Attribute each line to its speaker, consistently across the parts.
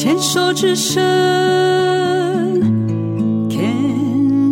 Speaker 1: 牵手之声 Can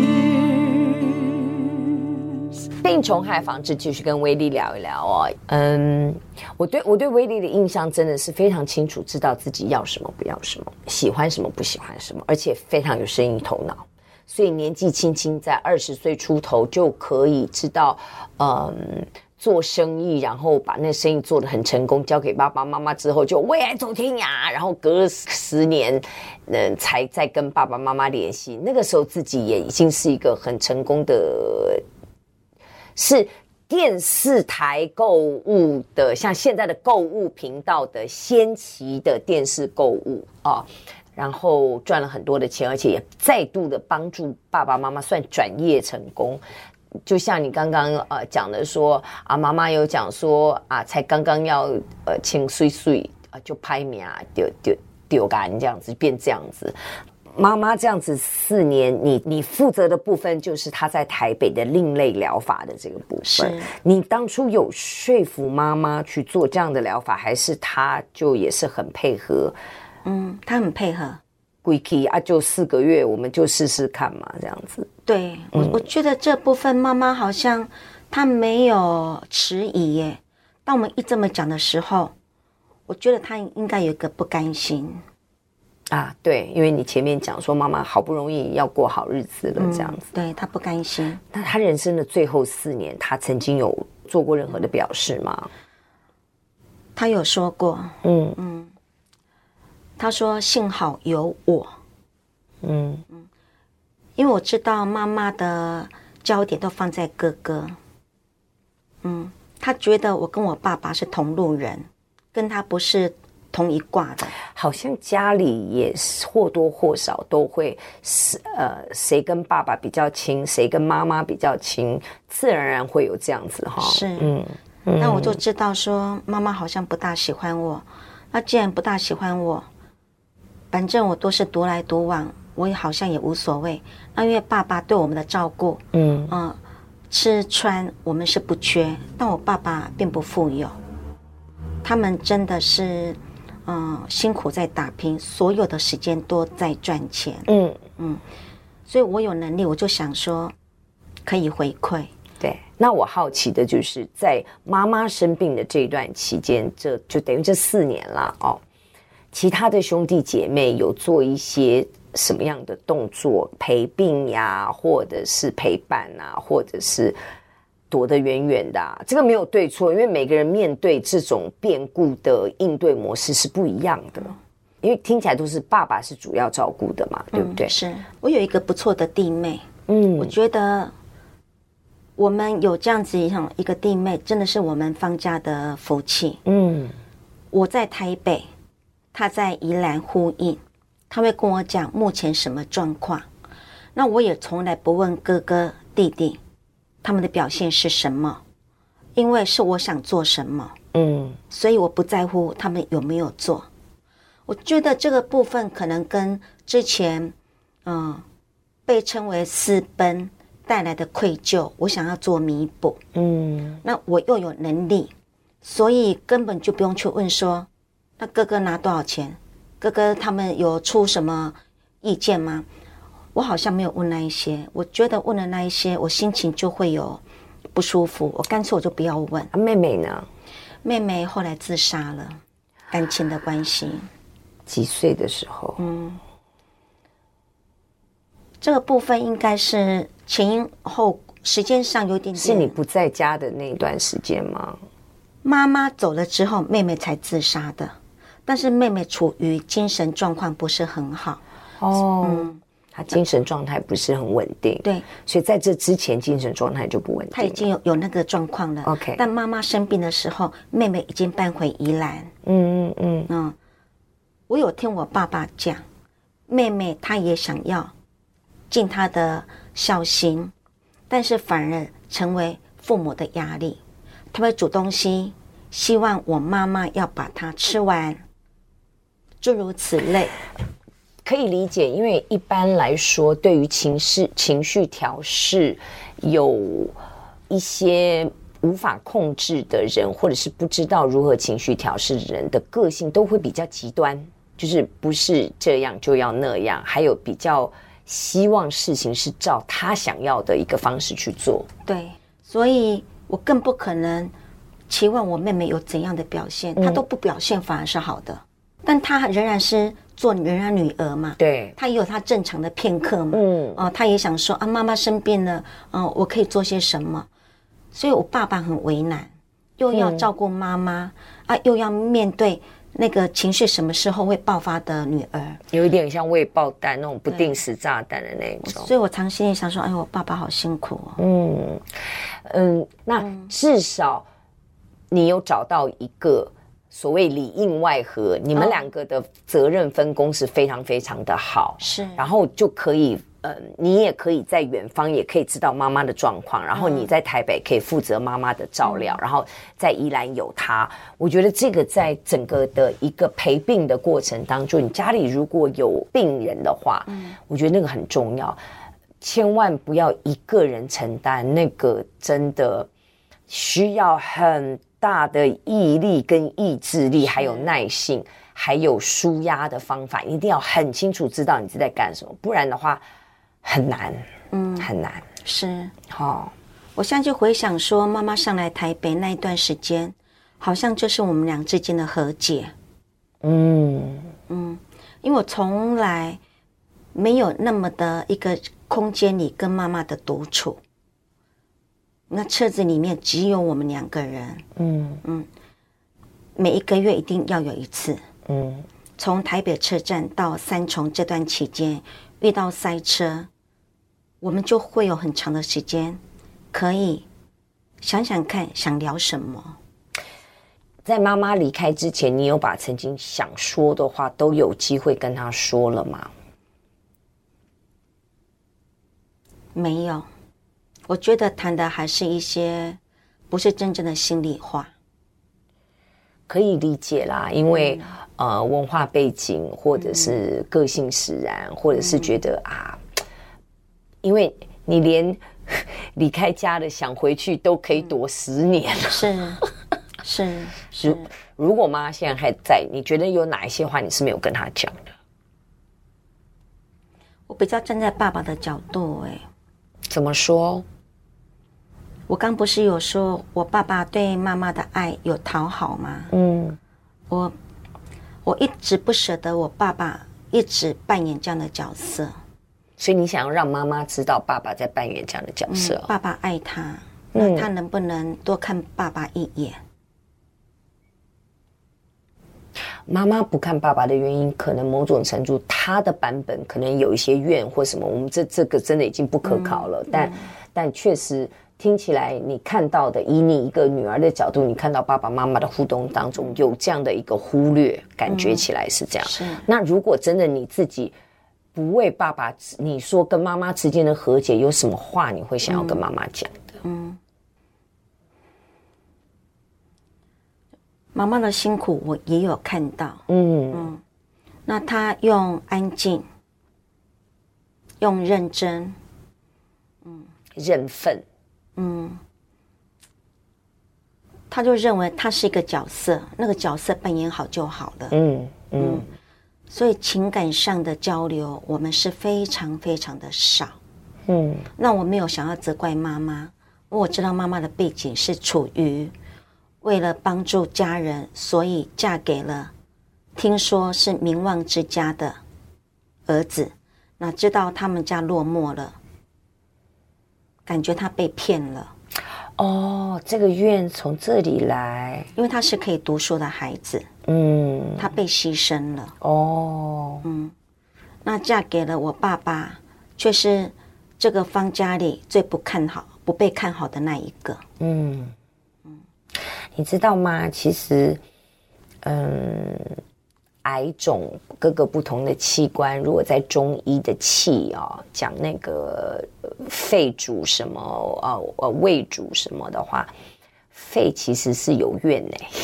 Speaker 1: Cheers。
Speaker 2: 病虫害防治继续跟威力聊一聊哦。我对威力的印象真的是非常清楚，知道自己要什么不要什么，喜欢什么不喜欢什么，而且非常有生意头脑。所以年纪轻轻在20岁出头就可以知道做生意，然后把那生意做得很成功，交给爸爸妈妈之后就为爱走天涯，然后隔了10年才再跟爸爸妈妈联系。那个时候自己也已经是一个很成功的，是电视台购物的，像现在的购物频道的先期的电视购物啊，然后赚了很多的钱，而且也再度的帮助爸爸妈妈算转业成功。就像你刚刚讲的说啊，妈妈有讲说啊，才刚刚要请岁岁就拍名丢干这样子变这样子。妈妈这样子4年，你负责的部分就是她在台北的另类疗法的这个部分。你当初有说服妈妈去做这样的疗法，还是她就也是很配合？
Speaker 3: 她很配合。
Speaker 2: 归期啊，就4个月，我们就试试看嘛，这样子。
Speaker 3: 对，我觉得这部分妈妈好像她没有迟疑耶。当我们一这么讲的时候，我觉得她应该有一个不甘心
Speaker 2: 啊。对，因为你前面讲说妈妈好不容易要过好日子了，这样子。
Speaker 3: 对，她不甘心。
Speaker 2: 那她人生的最后4年，她曾经有做过任何的表示吗？
Speaker 3: 她有说过，她说幸好有我，因为我知道妈妈的焦点都放在哥哥，她觉得我跟我爸爸是同路人，跟他不是同一挂的。
Speaker 2: 好像家里也或多或少都会谁跟爸爸比较亲，谁跟妈妈比较亲，自然而然会有这样子哈。
Speaker 3: 是，那我就知道说妈妈好像不大喜欢我，那既然不大喜欢我，反正我都是独来独往，我也好像也无所谓。那因为爸爸对我们的照顾，吃穿我们是不缺，但我爸爸并不富有，他们真的是辛苦在打拼，所有的时间都在赚钱。所以我有能力，我就想说可以回馈。
Speaker 2: 对，那我好奇的就是在妈妈生病的这一段期间，这就等于这4年了哦。其他的兄弟姐妹有做一些什么样的动作，陪病呀，或者是陪伴啊，或者是躲得远远的啊？这个没有对错，因为每个人面对这种变故的应对模式是不一样的。因为听起来都是爸爸是主要照顾的嘛，对不对？
Speaker 3: 是我有一个不错的弟妹，我觉得我们有这样子一个弟妹，真的是我们方家的福气。我在台北，他在宜兰呼应，他会跟我讲目前什么状况。那我也从来不问哥哥弟弟他们的表现是什么，因为是我想做什么，所以我不在乎他们有没有做。我觉得这个部分可能跟之前被称为私奔带来的愧疚，我想要做弥补。那我又有能力，所以根本就不用去问说那哥哥拿多少钱，哥哥他们有出什么意见吗？我好像没有问那一些，我觉得问了那一些我心情就会有不舒服，我干脆我就不要问。
Speaker 2: 妹妹呢？
Speaker 3: 妹妹后来自杀了，感情的关系。
Speaker 2: 几岁的时候？
Speaker 3: 这个部分应该是前因后时间上有点
Speaker 2: 是你不在家的那段时间吗？
Speaker 3: 妈妈走了之后，妹妹才自杀的，但是妹妹处于精神状况不是很好。
Speaker 2: 她精神状态不是很稳定，
Speaker 3: 对，
Speaker 2: 所以在这之前精神状态就不稳定。
Speaker 3: 她已经有那个状况了。
Speaker 2: OK，
Speaker 3: 但妈妈生病的时候，妹妹已经搬回宜兰。我有听我爸爸讲，妹妹她也想要尽她的孝心，但是反而成为父母的压力。她会煮东西，希望我妈妈要把它吃完，诸如此类。
Speaker 2: 可以理解，因为一般来说，对于情绪调适有一些无法控制的人，或者是不知道如何情绪调适的人的个性都会比较极端。 就是不是这样就要那样，还有比较希望事情是照他想要的一个方式去做。
Speaker 3: 对，所以我更不可能期望我妹妹有怎样的表现，她都不表现反而是好的，但她仍然是做人家女儿嘛，
Speaker 2: 对，
Speaker 3: 她也有她正常的片刻嘛，她也想说啊，妈妈生病了，我可以做些什么，所以我爸爸很为难，又要照顾妈妈又要面对那个情绪什么时候会爆发的女儿，
Speaker 2: 有一点像未爆弹那种不定时炸弹的那种。
Speaker 3: 所以我常心里想说，哎，我爸爸好辛苦哦。
Speaker 2: 那至少你有找到一个所谓里应外合，你们两个的责任分工是非常非常的好，
Speaker 3: 是，
Speaker 2: 然后就可以。你也可以在远方也可以知道妈妈的状况，然后你在台北可以负责妈妈的照料，然后在宜兰有她。我觉得这个在整个的一个陪病的过程当中，你家里如果有病人的话，我觉得那个很重要，千万不要一个人承担，那个真的需要很大的毅力跟意志力，还有耐性，还有抒压的方法，一定要很清楚知道你是在干什么，不然的话很难，很难。
Speaker 3: 是，我现在就回想说，妈妈上来台北那一段时间，好像就是我们俩之间的和解。因为我从来没有那么的一个空间里跟妈妈的独处，那车子里面只有我们两个人。每一个月一定要有一次。从台北车站到三重这段期间，遇到塞车，我们就会有很长的时间可以想想看想聊什么。
Speaker 2: 在妈妈离开之前，你有把曾经想说的话都有机会跟她说了吗？
Speaker 3: 没有，我觉得谈的还是一些不是真正的心里话。
Speaker 2: 可以理解啦，因为文化背景，或者是个性使然，或者是觉得因为你连离开家的想回去都可以躲10年了。
Speaker 3: 是。
Speaker 2: 如果妈现在还在，你觉得有哪一些话你是没有跟她讲的？
Speaker 3: 我比较站在爸爸的角度。
Speaker 2: 怎么说？
Speaker 3: 我刚不是有说我爸爸对妈妈的爱有讨好吗？我一直不舍得我爸爸一直扮演这样的角色，
Speaker 2: 所以你想要让妈妈知道爸爸在扮演这样的角色。
Speaker 3: 爸爸爱他，那他能不能多看爸爸一眼？
Speaker 2: 妈妈不看爸爸的原因，可能某种程度他的版本可能有一些怨或什么，我们这个真的已经不可考了。但确实听起来你看到的，以你一个女儿的角度，你看到爸爸妈妈的互动当中有这样的一个忽略，感觉起来是这样。那如果真的你自己不为爸爸，你说跟妈妈之间的和解，有什么话你会想要跟妈妈讲的？
Speaker 3: 妈妈的辛苦我也有看到。那她用安静，用认真，
Speaker 2: 认份。
Speaker 3: 他就认为他是一个角色，那个角色扮演好就好了。所以情感上的交流，我们是非常非常的少。那我没有想要责怪妈妈，我知道妈妈的背景是处于为了帮助家人，所以嫁给了听说是名望之家的儿子，哪知道他们家落寞了，感觉他被骗了。
Speaker 2: 这个怨从这里来，
Speaker 3: 因为他是可以读书的孩子，他被牺牲了。那嫁给了我爸爸，却是这个方家里最不被看好的那一个。
Speaker 2: 你知道吗？其实，癌种各个不同的器官，如果在中医的气讲那个肺主什么胃主什么的话，肺其实是有怨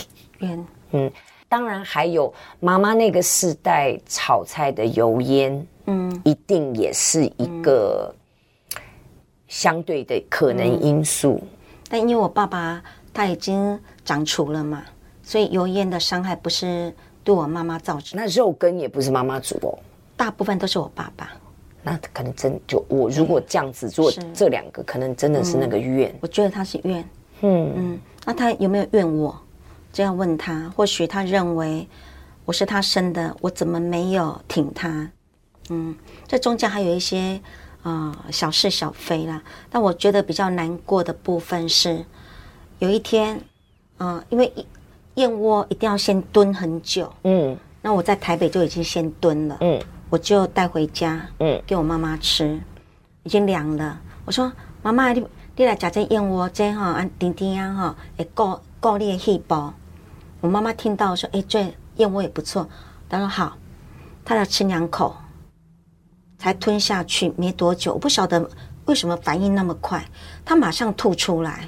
Speaker 2: 当然还有妈妈那个世代炒菜的油烟，一定也是一个相对的可能因素。
Speaker 3: 但因为我爸爸他已经长除了嘛，所以油烟的伤害不是对我妈妈造成。
Speaker 2: 那肉羹也不是妈妈煮哦，
Speaker 3: 大部分都是我爸爸。
Speaker 2: 那可能真就我如果这样子做这2个，可能真的是那个怨。
Speaker 3: 我觉得他是怨。那他有没有怨我？这样问他，或许他认为我是他生的，我怎么没有挺他？这中间还有一些小是小非啦。但我觉得比较难过的部分是，有一天，因为燕窝一定要先炖很久，那我在台北就已经先炖了，我就带回家，给我妈妈吃，已经凉了。我说妈妈，你来吃这燕窝，这按甜甜啊会顾你的细胞。我妈妈听到说，这燕窝也不错，她说好，她要吃2口。才吞下去没多久，我不晓得为什么反应那么快，他马上吐出来，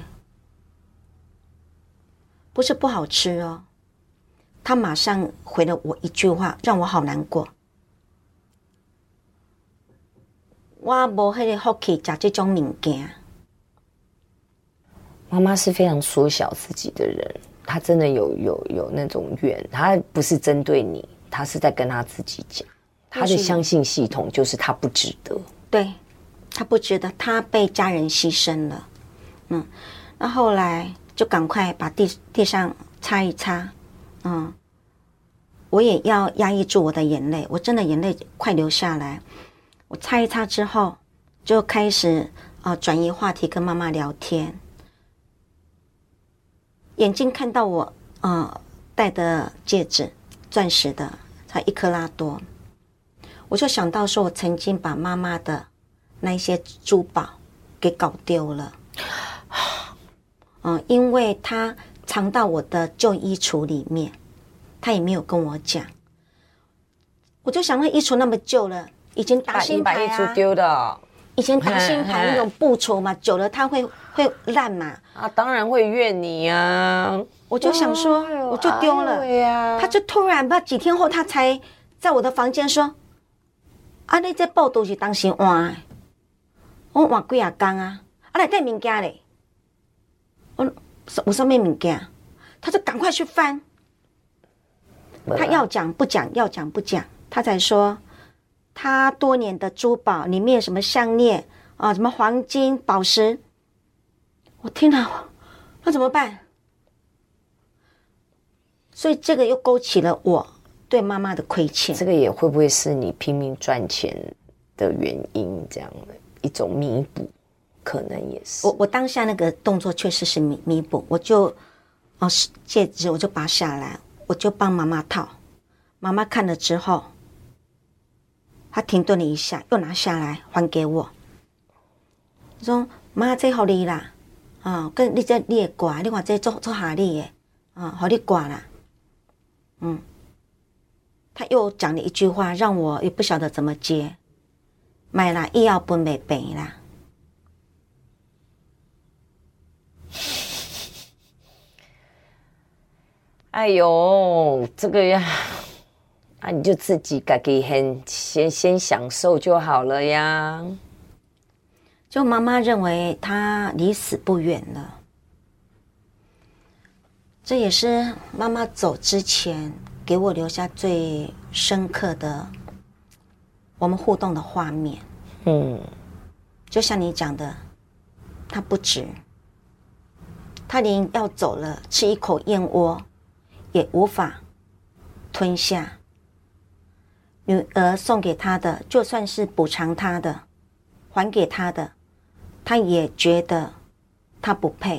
Speaker 3: 不是不好吃哦，他马上回了我一句话，让我好难过。我没那个福气吃这种物件。
Speaker 2: 妈妈是非常缩小自己的人，她真的有那种怨，她不是针对你，她是在跟她自己讲。他的相信系统就是他不值得，
Speaker 3: 对，他不值得，他被家人牺牲了。那后来就赶快把地上擦一擦，我也要压抑住我的眼泪，我真的眼泪快流下来。我擦一擦之后，就开始转移话题，跟妈妈聊天。眼睛看到我戴的戒指，钻石的，才1克拉多。我就想到说，我曾经把妈妈的那一些珠宝给搞丢了，因为她藏到我的旧衣橱里面，她也没有跟我讲。我就想，那衣橱那么旧了，以前打新牌
Speaker 2: 把衣橱丢的，
Speaker 3: 以前打新牌那种布橱嘛，久了它会烂嘛。
Speaker 2: 当然会怨你啊！
Speaker 3: 我就想说，我就丢了。他就突然不知道几天后，他才在我的房间说。你这布都是当时换的，我换几啊天啊，内底物件嘞，有什么物件？他就赶快去翻，他要讲不讲，要讲不讲，他才说他多年的珠宝里面什么项链什么黄金、宝石，我听了，那怎么办？所以这个又勾起了我对妈妈的亏欠，
Speaker 2: 这个也会不会是你拼命赚钱的原因？这样的一种弥补，可能也是。
Speaker 3: 我当下那个动作确实是弥补，我就戒指我就拔下来，我就帮妈妈套。妈妈看了之后，她停顿了一下，又拿下来还给我。我说：“妈，这给你啦，跟你这你的挂，你看这做下你的，给你挂啦。”他又讲了一句话，让我也不晓得怎么接。买啦，医药分袂平啦。
Speaker 2: 哎呦，这个呀，你就自己自己先享受就好了呀。
Speaker 3: 就妈妈认为她离死不远了，这也是妈妈走之前给我留下最深刻的我们互动的画面。就像你讲的，她不值，她连要走了吃一口燕窝也无法吞下。女儿送给她的，就算是补偿她的，还给她的，她也觉得她不配。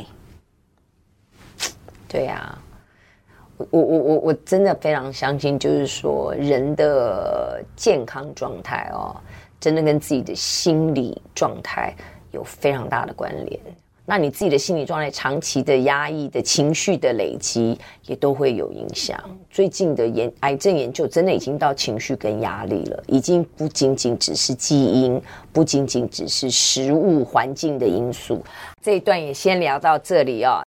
Speaker 2: 对呀，我真的非常相信，就是说人的健康状态真的跟自己的心理状态有非常大的关联。那你自己的心理状态长期的压抑的情绪的累积也都会有影响。最近的癌症研究真的已经到情绪跟压力了，已经不仅仅只是基因，不仅仅只是食物环境的因素。这一段也先聊到这里